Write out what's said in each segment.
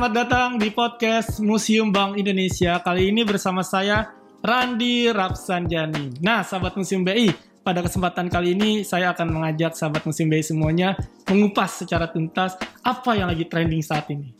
selamat datang di podcast Museum Bank Indonesia. Kali ini bersama saya, Randi Rapsanjani. Nah, sahabat Museum BI, pada kesempatan kali ini saya akan mengajak sahabat Museum BI semuanya mengupas secara tuntas apa yang lagi trending saat ini.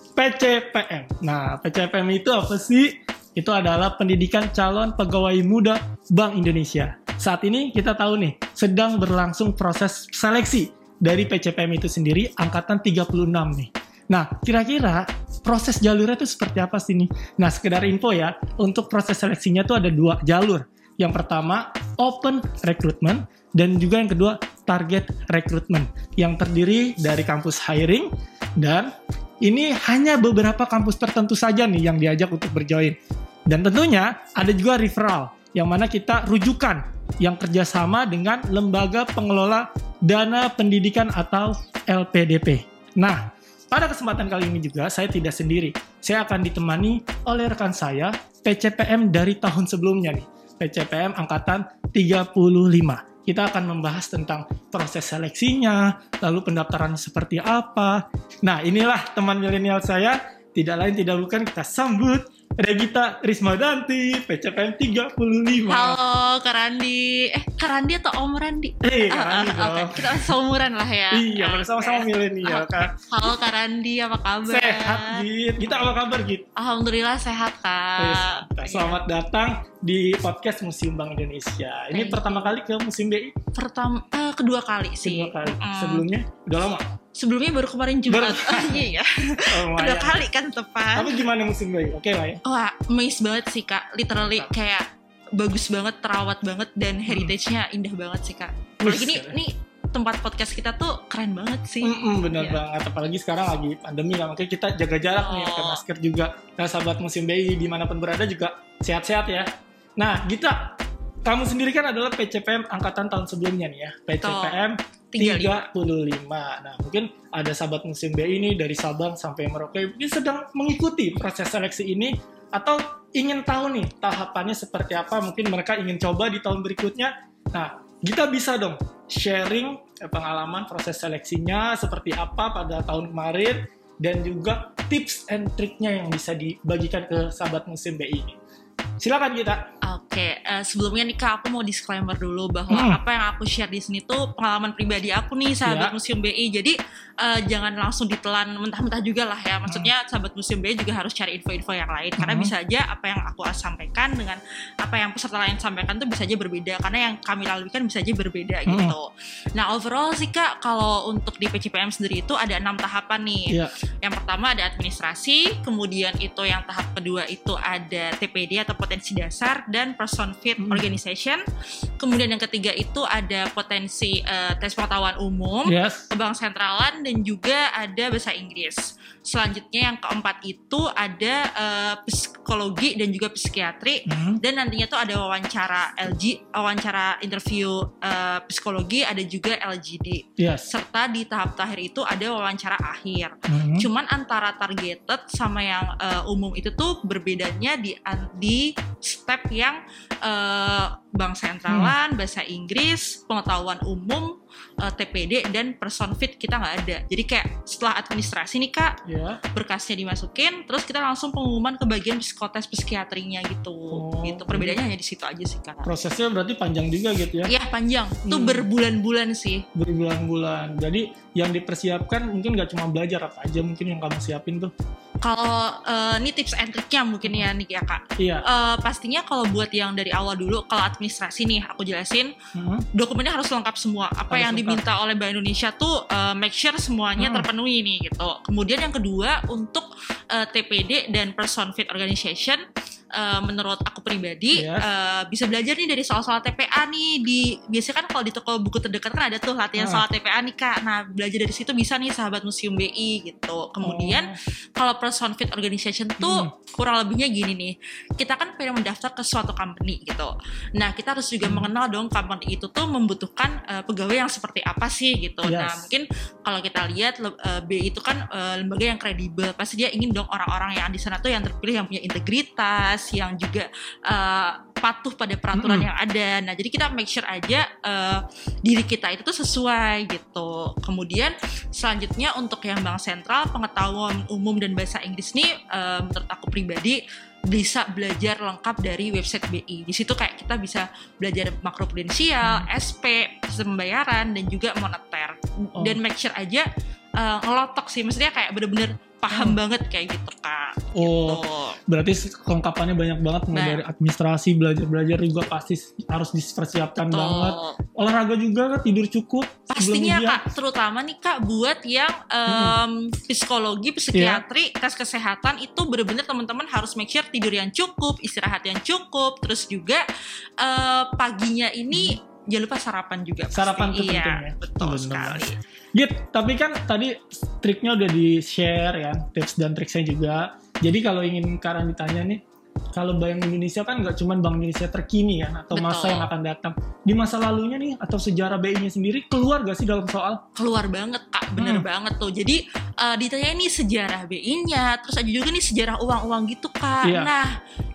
PCPM. Nah, PCPM itu apa sih? Itu adalah Pendidikan Calon Pegawai Muda Bank Indonesia. Saat ini kita tahu nih, sedang berlangsung proses seleksi dari PCPM itu sendiri, angkatan 36 nih. Nah, kira-kira proses jalurnya itu seperti apa sih nih? Nah, sekedar info ya, untuk proses seleksinya tuh ada 2 jalur. Yang pertama, open recruitment, dan juga yang kedua, target recruitment, yang terdiri dari kampus hiring, dan ini hanya beberapa kampus tertentu saja nih yang diajak untuk berjoin. Dan tentunya ada juga referral, yang mana kita rujukan yang kerjasama dengan Lembaga Pengelola Dana Pendidikan atau LPDP. Nah, pada kesempatan kali ini juga saya tidak sendiri. Saya akan ditemani oleh rekan saya, PCPM dari tahun sebelumnya nih. PCPM angkatan 35. Kita akan membahas tentang proses seleksinya, lalu pendaftaran seperti apa. Nah, inilah teman milenial saya, tidak lain tidak bukan kita sambut Regita Rismadanti, PCPM 35. Halo, Kak Randi. Kak Randi atau Om Randi? Kak Randi dong. Okay. Kita seumuran lah ya. Iya, bersama-sama milenial, Kak. Halo, Kak Randi, apa kabar? Sehat, Git. Kita apa kabar, Git? Alhamdulillah sehat, Kak. Selamat datang di podcast Museum Bank Indonesia. Ini pertama kali ke Museum BI? Kedua kali sih. Kedua kali. Sebelumnya? Udah lama? Sebelumnya baru kemarin Jumat. Iya. Kedua kali kan tepat. Tapi gimana Museum BI? Oke lah ya? Wah, amazed banget sih, Kak. Literally kayak bagus banget, terawat banget, dan heritage-nya indah banget sih, Kak. Apalagi nih tempat podcast kita tuh keren banget sih. Bener banget. Apalagi sekarang lagi pandemi lah, makanya kita jaga jarak nih, pakai masker juga. Nah, sahabat Museum BI dimanapun berada juga sehat-sehat ya. Nah, Gita, kamu sendiri kan adalah PCPM angkatan tahun sebelumnya nih ya. PCPM 35. Nah, mungkin ada sahabat Museum BI ini dari Sabang sampai Merauke mungkin sedang mengikuti proses seleksi ini atau ingin tahu nih tahapannya seperti apa, mungkin mereka ingin coba di tahun berikutnya. Nah, kita bisa dong sharing pengalaman proses seleksinya seperti apa pada tahun kemarin dan juga tips and triknya yang bisa dibagikan ke sahabat Museum BI ini. Silakan kita. Oke, sebelumnya nih Kak, aku mau disclaimer dulu bahwa apa yang aku share di sini tuh pengalaman pribadi aku nih, sahabat Museum BI. Jadi jangan langsung ditelan mentah-mentah juga lah ya. Maksudnya sahabat Museum BI juga harus cari info-info yang lain, karena bisa aja apa yang aku sampaikan dengan apa yang peserta lain sampaikan tuh bisa aja berbeda, karena yang kami lalui kan bisa aja berbeda gitu. Nah, overall sih Kak, kalau untuk di PCPM sendiri itu ada 6 tahapan nih. Yang pertama ada administrasi, kemudian itu yang tahap kedua itu ada TPD atau potensi dasar dan person fit organization. Kemudian yang ketiga itu ada potensi tes pengetahuan umum, bank sentralan, dan juga ada bahasa Inggris. Selanjutnya yang keempat itu ada psikologi dan juga psikiatri, dan nantinya tuh ada wawancara interview psikologi, ada juga LGD. Serta di tahap terakhir itu ada wawancara akhir. Cuman antara targeted sama yang umum itu tuh berbedanya di step yang bank sentralan, bahasa Inggris, pengetahuan umum, TPD, dan person fit kita nggak ada. Jadi kayak setelah administrasi nih Kak, berkasnya dimasukin, terus kita langsung pengumuman ke bagian psikotes psikiatrinya gitu. Gitu. Perbedaannya hanya di situ aja sih Kak. Prosesnya berarti panjang juga gitu ya? Iya, panjang. Itu berbulan-bulan sih. Berbulan-bulan. Jadi yang dipersiapkan mungkin nggak cuma belajar, apa aja mungkin yang kamu siapin tuh? Kalau ini tips and triknya mungkin ya nih ya Kak. Pastinya kalau buat yang dari awal dulu, kalau administrasi nih aku jelasin, dokumennya harus lengkap semua. Apa yang diminta oleh Bank Indonesia tuh make sure semuanya terpenuhi nih gitu. Kemudian yang kedua untuk TPD dan person fit organization, menurut aku pribadi bisa belajar nih dari soal-soal TPA nih. Biasanya kan kalau di toko buku terdekat kan ada tuh latihan soal TPA nih Kak. Nah, belajar dari situ bisa nih sahabat Museum BI gitu. Kemudian kalau person fit organization tuh kurang lebihnya gini nih. Kita kan pengen mendaftar ke suatu company gitu. Nah, kita harus juga mengenal dong company itu tuh membutuhkan pegawai yang seperti apa sih gitu. Nah, mungkin kalau kita lihat BI itu kan lembaga yang kredibel. Pasti dia ingin dong orang-orang yang di sana tuh yang terpilih, yang punya integritas, jelas, yang juga patuh pada peraturan yang ada. Nah, jadi kita make sure aja diri kita itu tuh sesuai gitu. Kemudian selanjutnya untuk yang bank sentral, pengetahuan umum dan bahasa Inggris nih menurut aku pribadi bisa belajar lengkap dari website BI. Di situ kayak kita bisa belajar makroprudensial, SP, sistem pembayaran, dan juga moneter. Dan make sure aja ngelotok sih, maksudnya kayak bener-bener paham banget kayak gitu Kak. Oh, gitu. Berarti kelengkapannya banyak banget, mulai dari administrasi, belajar juga pasti harus dipersiapkan banget. Olahraga juga kan, tidur cukup. Pastinya Kak, terutama nih Kak buat yang psikologi, psikiatri, tes kesehatan itu benar-benar teman-teman harus make sure tidur yang cukup, istirahat yang cukup, terus juga paginya ini jangan lupa sarapan juga. Sarapan itu penting ya. Betul sekali. Git, tapi kan tadi triknya udah di-share ya, tips dan triknya juga. Jadi kalau ingin Karen ditanya nih, kalau Bank Indonesia kan nggak cuma Bank Indonesia terkini kan, atau masa yang akan datang. Di masa lalunya nih, atau sejarah BI-nya sendiri, keluar gak sih dalam soal? Keluar banget Kak, bener banget tuh. Jadi ditanya nih sejarah BI-nya, terus ada juga nih sejarah uang-uang gitu Kak. Iya. Nah,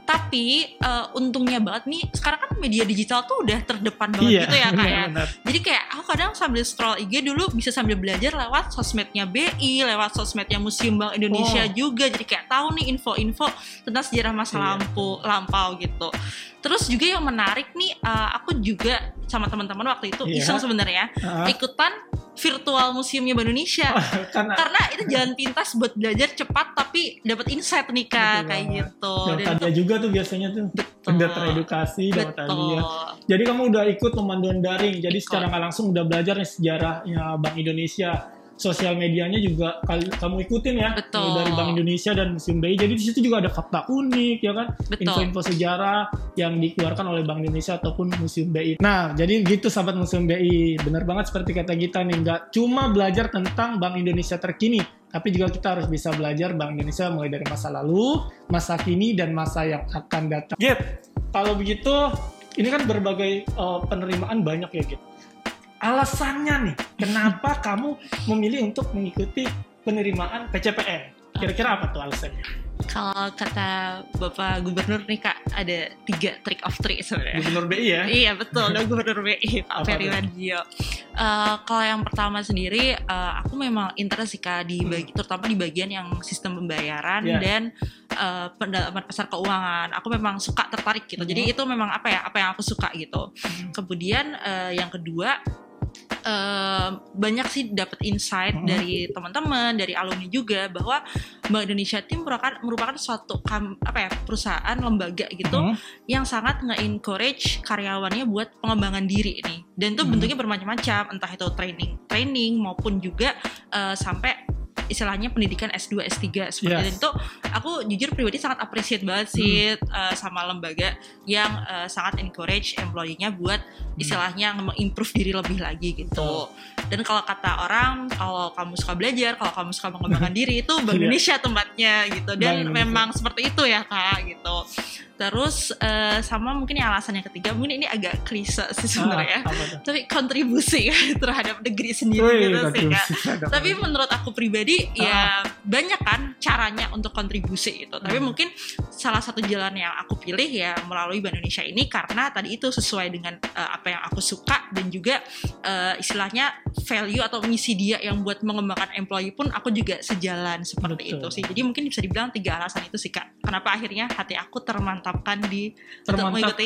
tapi untungnya banget nih, sekarang kan media digital tuh udah terdepan banget gitu ya Kak ya. Jadi kayak aku kadang sambil scroll IG dulu bisa sambil belajar lewat sosmednya BI, lewat sosmednya Museum Bank Indonesia juga. Jadi kayak tahu nih info-info tentang sejarah masa lampau gitu. Terus juga yang menarik nih, aku juga sama teman-teman waktu itu iseng sebenarnya ikutan virtual museumnya Bank Indonesia. Karena itu jalan pintas buat belajar cepat tapi dapat insight nih Kak, kayak gitu. Dan tadi juga tuh biasanya tuh udah teredukasi, dapat hadiah. Jadi kamu udah ikut pemanduan daring, jadi secara nggak langsung udah belajar nih sejarahnya Bank Indonesia. Sosial medianya juga kamu ikutin ya, dari Bank Indonesia dan Museum BI. Jadi di situ juga ada fakta unik ya kan, info-info sejarah yang dikeluarkan oleh Bank Indonesia ataupun Museum BI. Nah, jadi gitu sahabat Museum BI, benar banget seperti kata kita nih, nggak cuma belajar tentang Bank Indonesia terkini, tapi juga kita harus bisa belajar Bank Indonesia mulai dari masa lalu, masa kini, dan masa yang akan datang. Git, kalau begitu, ini kan berbagai penerimaan banyak ya Git. Alasannya nih, kenapa kamu memilih untuk mengikuti penerimaan PCPN? Kira-kira apa tuh alasannya? Kalau kata Bapak Gubernur nih Kak, ada 3 trick of 3 sebenarnya. Gubernur BI ya? Iya betul, ada Gubernur BI Pak Ferry Warjio. Kalau yang pertama sendiri, aku memang interest sih Kak terutama di bagian yang sistem pembayaran dan pendalaman pasar keuangan. Aku memang suka tertarik gitu. Jadi itu memang apa yang aku suka gitu. Kemudian yang kedua, banyak sih dapat insight dari teman-teman, dari alumni juga, bahwa Bank Indonesia itu merupakan suatu perusahaan lembaga gitu yang sangat nge-encourage karyawannya buat pengembangan diri nih. Dan itu bentuknya bermacam-macam, entah itu training maupun juga sampai istilahnya pendidikan S2, S3 seperti itu. Aku jujur pribadi sangat appreciate banget sih sama lembaga yang sangat encourage employee-nya buat istilahnya mengimprove diri lebih lagi gitu. Dan kalau kata orang, kalau kamu suka belajar, kalau kamu suka mengembangkan diri, itu Bank Indonesia tempatnya gitu. Dan memang seperti itu ya Kak gitu. Terus sama mungkin alasan yang ketiga, mungkin ini agak klise sih sebenarnya, tapi kontribusi terhadap negeri sendiri gitu sih Kak. Tapi menurut aku pribadi ya banyak kan caranya untuk kontribusi itu. Tapi mungkin salah satu jalan yang aku pilih ya melalui Bank Indonesia ini, karena tadi itu sesuai dengan apa yang aku suka, dan juga istilahnya value atau misi dia yang buat mengembangkan employee pun aku juga sejalan seperti itu sih. Jadi mungkin bisa dibilang 3 alasan itu sih Kak, kenapa akhirnya hati aku termantapkan untuk mengikuti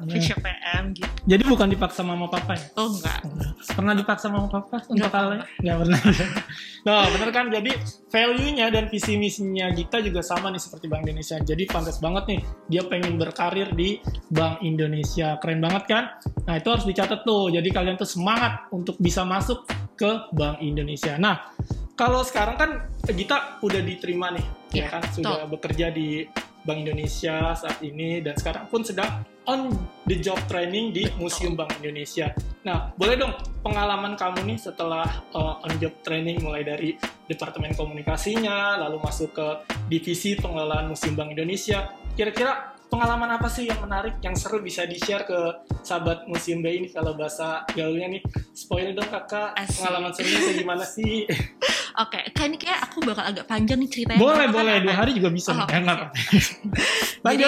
PCPN gitu. Jadi bukan dipaksa mama papa ya? Oh enggak. Pernah dipaksa mama papa untuk kalian? Enggak pernah. Nah bener kan, jadi value-nya dan visi misinya Gita juga sama nih seperti Bank Indonesia. Jadi pantas banget nih dia pengen berkarir di Bank Indonesia. Keren banget kan? Nah itu harus dicatat tuh. Jadi kalian tuh semangat untuk bisa masuk ke Bank Indonesia. Nah kalau sekarang kan Gita udah diterima nih, ya kan? Sudah bekerja di Bank Indonesia saat ini, dan sekarang pun sedang on the job training di Museum Bank Indonesia. Nah, boleh dong pengalaman kamu nih setelah on job training, mulai dari departemen komunikasinya, lalu masuk ke divisi pengelolaan Museum Bank Indonesia. Kira-kira pengalaman apa sih yang menarik, yang seru bisa di-share ke sahabat Museum BI ini, kalau bahasa gaulnya nih? Spoil dong Kakak, pengalaman serunya kayak gimana sih? Oke, kayak aku bakal agak panjang nih ceritanya. Boleh 2 hari juga bisa. Enggak apa-apa. Jadi,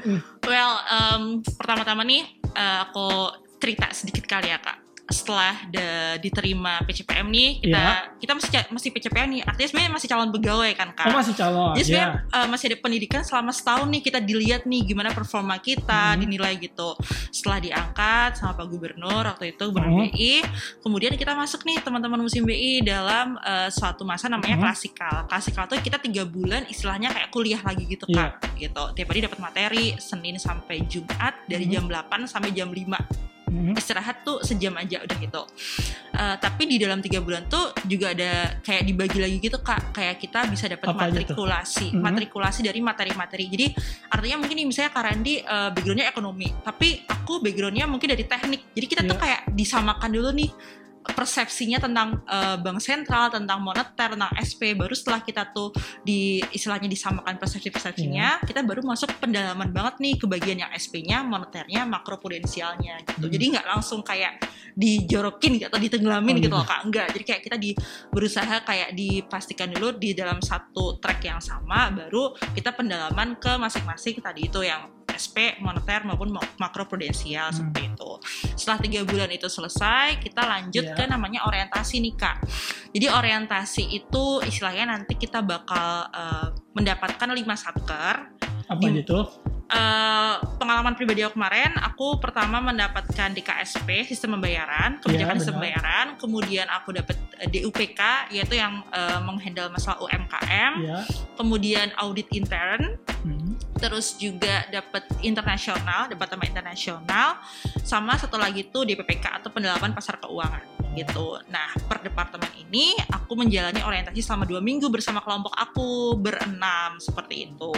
pertama-tama nih aku cerita sedikit kali ya Kak. Setelah diterima PCPM nih, kita masih PCPM nih, artinya sebenarnya masih calon pegawai kan Kak. Masih calon. Jadi sebenarnya masih ada pendidikan selama setahun nih, kita dilihat nih gimana performa kita, dinilai gitu. Setelah diangkat sama Pak Gubernur waktu itu, Gubernur BI, kemudian kita masuk nih teman-teman Museum BI dalam suatu masa namanya klasikal. Klasikal tuh kita 3 bulan istilahnya kayak kuliah lagi gitu Kak. Gitu. Tiap hari dapat materi, Senin sampai Jumat dari jam 8 sampai jam 5. Istirahat tuh sejam aja udah gitu. Tapi di dalam 3 bulan tuh juga ada kayak dibagi lagi gitu Kak, kayak kita bisa dapat matrikulasi dari materi-materi. Jadi artinya mungkin nih misalnya Kak Randi backgroundnya ekonomi, tapi aku backgroundnya mungkin dari teknik. Jadi kita tuh kayak disamakan dulu nih persepsinya tentang bank sentral, tentang moneter, tentang SP. Baru setelah kita tuh istilahnya disamakan persepsi-persepsinya, kita baru masuk pendalaman banget nih ke bagian yang SP-nya, moneternya, makroprudensialnya gitu. Jadi nggak langsung kayak dijorokin atau ditenggelamin gitu loh Kak. Enggak, jadi kayak kita berusaha kayak dipastikan dulu di dalam satu track yang sama, baru kita pendalaman ke masing-masing tadi itu yang SP, moneter maupun makroprudensial seperti itu. Setelah 3 bulan itu selesai, kita lanjut ke namanya orientasi nih Kak. Jadi orientasi itu istilahnya nanti kita bakal mendapatkan 5 satker. Apa gitu? Pengalaman pribadi aku kemarin, aku pertama mendapatkan DKSP, sistem pembayaran, kebijakan sistem pembayaran, kemudian aku dapat DUPK, yaitu yang menghandle masalah UMKM, kemudian audit intern, terus juga dapat internasional, departemen internasional, sama satu lagi tuh DPPK atau pendalaman pasar keuangan gitu. Nah, per departemen ini aku menjalani orientasi selama 2 minggu bersama kelompok aku berenam seperti itu.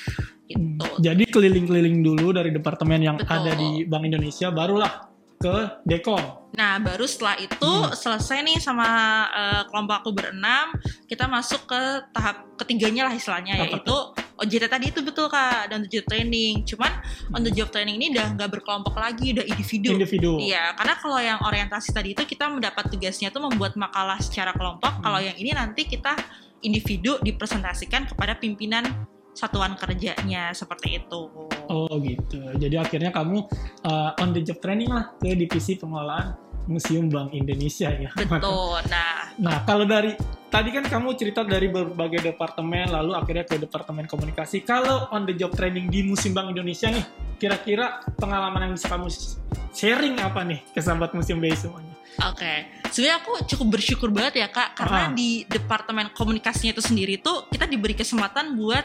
Gitu. Jadi keliling-keliling dulu dari departemen yang ada di Bank Indonesia, barulah ke Dekom. Nah, baru setelah itu selesai nih sama kelompok aku berenam, kita masuk ke tahap ketiganya lah istilahnya, yaitu OJT tadi itu betul Kak, dan on the job training. Cuman on the job training ini udah nggak berkelompok lagi, udah individu. Iya, karena kalau yang orientasi tadi itu kita mendapat tugasnya tuh membuat makalah secara kelompok. Kalau yang ini nanti kita individu dipresentasikan kepada pimpinan satuan kerjanya seperti itu. Oh gitu. Jadi akhirnya kamu on the job training lah ke divisi pengelolaan Museum Bank Indonesia ya. Betul. Nah kalau dari tadi kan kamu cerita dari berbagai departemen, lalu akhirnya ke departemen komunikasi. Kalau on the job training di Museum Bank Indonesia nih, kira-kira pengalaman yang bisa kamu sharing apa nih ke sahabat Museum BI semuanya? Oke, sebenarnya aku cukup bersyukur banget ya Kak, karena di departemen komunikasinya itu sendiri tuh kita diberi kesempatan buat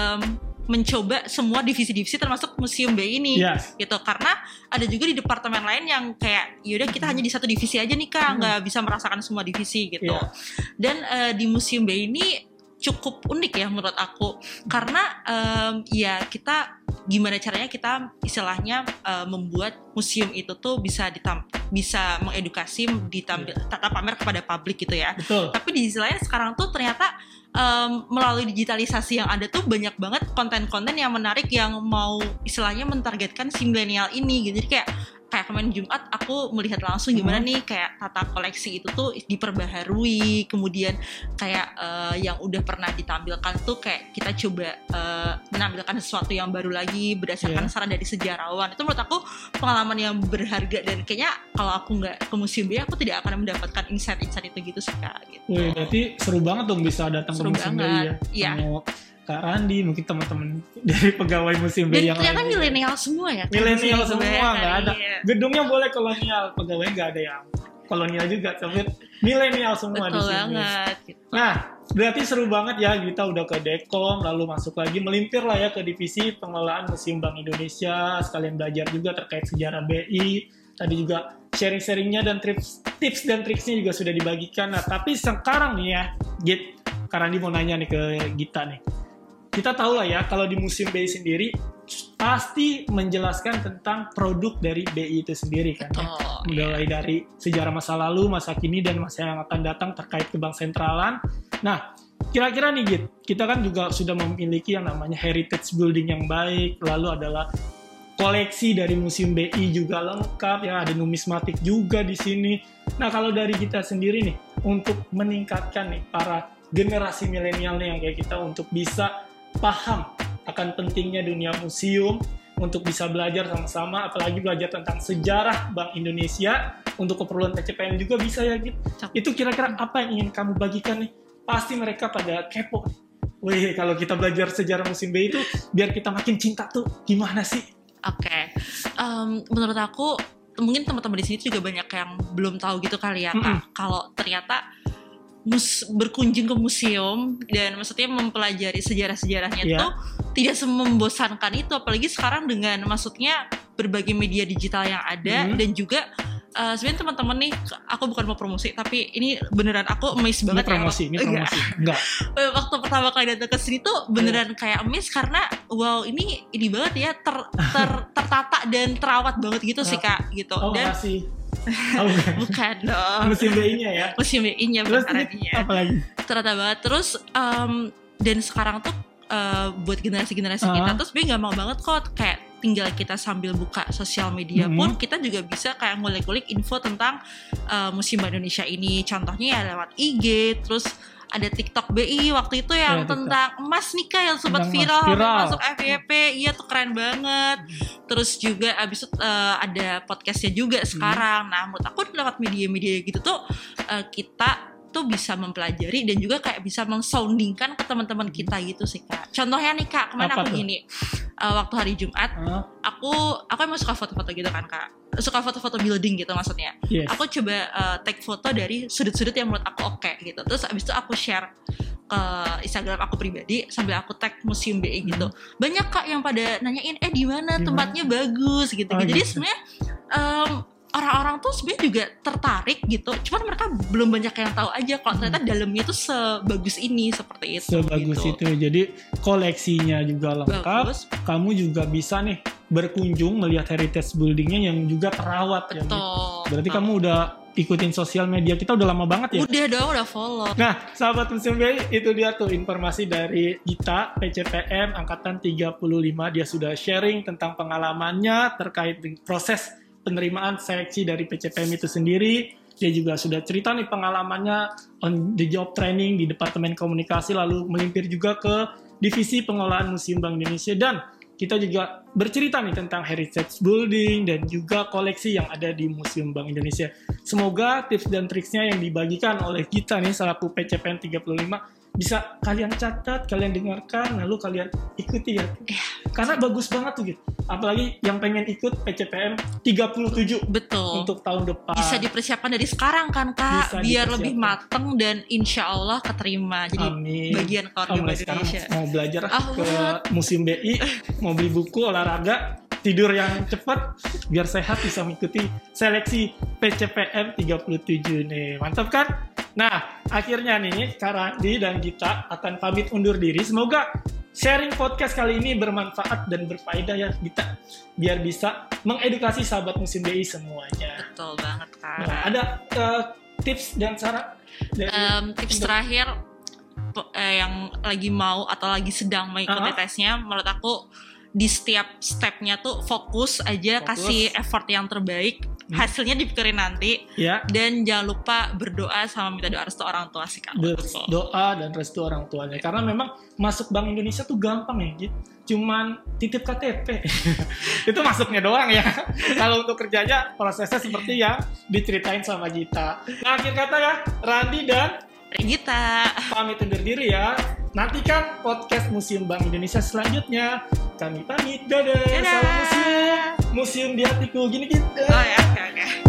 mencoba semua divisi-divisi termasuk Museum BI ini, gitu. Karena ada juga di departemen lain yang kayak yaudah kita hanya di satu divisi aja nih Kak, nggak bisa merasakan semua divisi gitu. Dan di Museum BI ini cukup unik ya menurut aku, karena ya kita gimana caranya kita istilahnya membuat museum itu tuh bisa mengedukasi, tata pamer kepada publik gitu ya. Betul. Tapi di sisi lain sekarang tuh ternyata melalui digitalisasi yang ada tuh banyak banget konten-konten yang menarik yang mau istilahnya mentargetkan si milenial ini gitu. Jadi kayak kemarin Jumat aku melihat langsung gimana nih kayak tata koleksi itu tuh diperbaharui, kemudian kayak yang udah pernah ditampilkan tuh kayak kita coba menampilkan sesuatu yang baru lagi berdasarkan saran dari sejarawan. Itu menurut aku pengalaman yang berharga, dan kayaknya kalau aku nggak ke Museum BI aku tidak akan mendapatkan insight-insight itu gitu sih Kak. Gitu. Wih, berarti seru banget dong bisa datang ke Museum BI ya. Iya. Kak Randi, mungkin teman-teman dari pegawai Museum BI yang lain. Ternyata milenial semua ya. Milenial semua, nggak ada. Gedungnya boleh kolonial, pegawai nggak ada yang kolonial juga, tapi milenial semua. Betul di sini. Banget. Gitu. Nah, berarti seru banget ya, kita udah ke Dekom, lalu masuk lagi melimpir lah ya ke divisi pengelolaan Museum Bank Indonesia, sekalian belajar juga terkait sejarah BI. Tadi juga sharing-sharingnya dan tips dan triksnya juga sudah dibagikan. Nah, tapi sekarang nih ya, Git, Kak Randi mau nanya nih ke Gita nih. Kita tahu lah ya, kalau di Museum BI sendiri pasti menjelaskan tentang produk dari BI itu sendiri kan ya. Mulai dari sejarah masa lalu, masa kini, dan masa yang akan datang terkait ke bank sentralan. Nah, kira-kira nih Git, kita kan juga sudah memiliki yang namanya heritage building yang baik, lalu adalah koleksi dari Museum BI juga lengkap, ya ada numismatik juga di sini. Nah, kalau dari kita sendiri nih, untuk meningkatkan nih para generasi milenial nih yang kayak kita untuk bisa paham akan pentingnya dunia museum, untuk bisa belajar sama-sama, apalagi belajar tentang sejarah Bank Indonesia untuk keperluan PCPM juga bisa ya gitu. Itu kira-kira apa yang ingin kamu bagikan nih? Pasti mereka pada kepo. Wih, kalau kita belajar sejarah Museum BI itu biar kita makin cinta tuh gimana sih? Oke. Menurut aku mungkin teman-teman di sini juga banyak yang belum tahu gitu kali ya Kak. Kalau ternyata berkunjung ke museum dan maksudnya mempelajari sejarah-sejarahnya itu tidak semembosankan itu, apalagi sekarang dengan maksudnya berbagai media digital yang ada dan juga sebenarnya teman-teman nih, aku bukan mau promosi tapi ini beneran aku amazed banget ini promosi. Enggak. Waktu pertama kali datang ke sini tuh beneran kayak amazed karena wow ini banget ya tertata dan terawat banget gitu sih Kak gitu. Dan makasih. Bukan dong. Museum BI-nya ya. Museum BI-nya beneran apalagi? Ternyata banget. Terus dan sekarang tuh buat generasi-generasi kita tuh sebenarnya gampang banget kok, kayak tinggal kita sambil buka sosial media pun kita juga bisa kayak ngulik-ngulik info tentang Museum Bank Indonesia ini. Contohnya ya lewat IG, terus ada TikTok BI waktu itu yang tentang emas nih Kak yang sempat viral masuk FYP. Iya tuh keren banget. Terus juga abis itu ada podcastnya juga sekarang. Nah menurut aku lewat media-media gitu tuh kita tuh bisa mempelajari dan juga kayak bisa mengsoundingkan ke teman-teman kita gitu sih Kak. Contohnya nih Kak, kemarin aku gini, waktu hari Jumat, aku emang suka foto-foto gitu kan Kak, suka foto-foto building gitu maksudnya. Aku coba take foto dari sudut-sudut yang menurut aku oke gitu. Terus abis itu aku share ke Instagram aku pribadi sambil aku tag Museum BI gitu. Banyak Kak yang pada nanyain, di mana tempatnya bagus gitu. Jadi sebenarnya orang-orang tuh sebenarnya juga tertarik gitu, cuman mereka belum banyak yang tahu aja kalau ternyata dalamnya tuh sebagus ini, seperti itu. Sebagus gitu. itu, jadi koleksinya juga lengkap. Bagus. Kamu juga bisa nih berkunjung melihat heritage buildingnya yang juga terawat. Betul. Ya, berarti kamu udah ikutin sosial media kita udah lama banget ya? Udah dong, udah follow. Nah, sahabat Museum BI, itu dia tuh informasi dari Gita, PCPM Angkatan 35. Dia sudah sharing tentang pengalamannya terkait dengan proses penerimaan seleksi dari PCPM itu sendiri. Dia juga sudah cerita nih pengalamannya on the job training di Departemen Komunikasi, lalu melimpir juga ke Divisi Pengelolaan Museum Bank Indonesia, dan kita juga bercerita nih tentang heritage building dan juga koleksi yang ada di Museum Bank Indonesia. Semoga tips dan triksnya yang dibagikan oleh kita nih selaku PCPM 35 bisa kalian catat, kalian dengarkan, lalu kalian ikuti ya. Karena bagus banget tuh gitu. Apalagi yang pengen ikut PCPM 37. Betul. Untuk tahun depan. Bisa dipersiapkan dari sekarang kan Kak, biar lebih mateng dan insya Allah keterima. Jadi amin. Bagian keluarga Bank Indonesia. Mau belajar ke Museum BI, mau beli buku olahraga, tidur yang cepat, biar sehat bisa mengikuti seleksi PCPM 37 nih. Mantap kan? Nah, akhirnya nih Kak Randi dan Gita akan pamit undur diri. Semoga sharing podcast kali ini bermanfaat dan berfaedah ya Gita, biar bisa mengedukasi sahabat Museum BI semuanya. Betul banget Kak. Nah, ada tips dan saran dari tips terakhir yang lagi mau atau lagi sedang mengikuti tesnya, menurut aku di setiap stepnya tuh fokus aja, kasih effort yang terbaik, hasilnya dipikirin nanti, dan jangan lupa berdoa sama minta doa restu orang tua sih Kak. Doa dan restu orang tuanya, karena memang masuk Bank Indonesia tuh gampang ya gitu, cuman titip KTP itu masuknya doang ya. Kalau untuk kerjanya prosesnya seperti yang diceritain sama Gita. Nah, akhir kata ya, Randi dan Gita pamit undur diri ya. Nantikan podcast Museum Bank Indonesia selanjutnya. Kami pamit, dadah. Salam museum di hatiku, gini gitu. Oh ya, oke.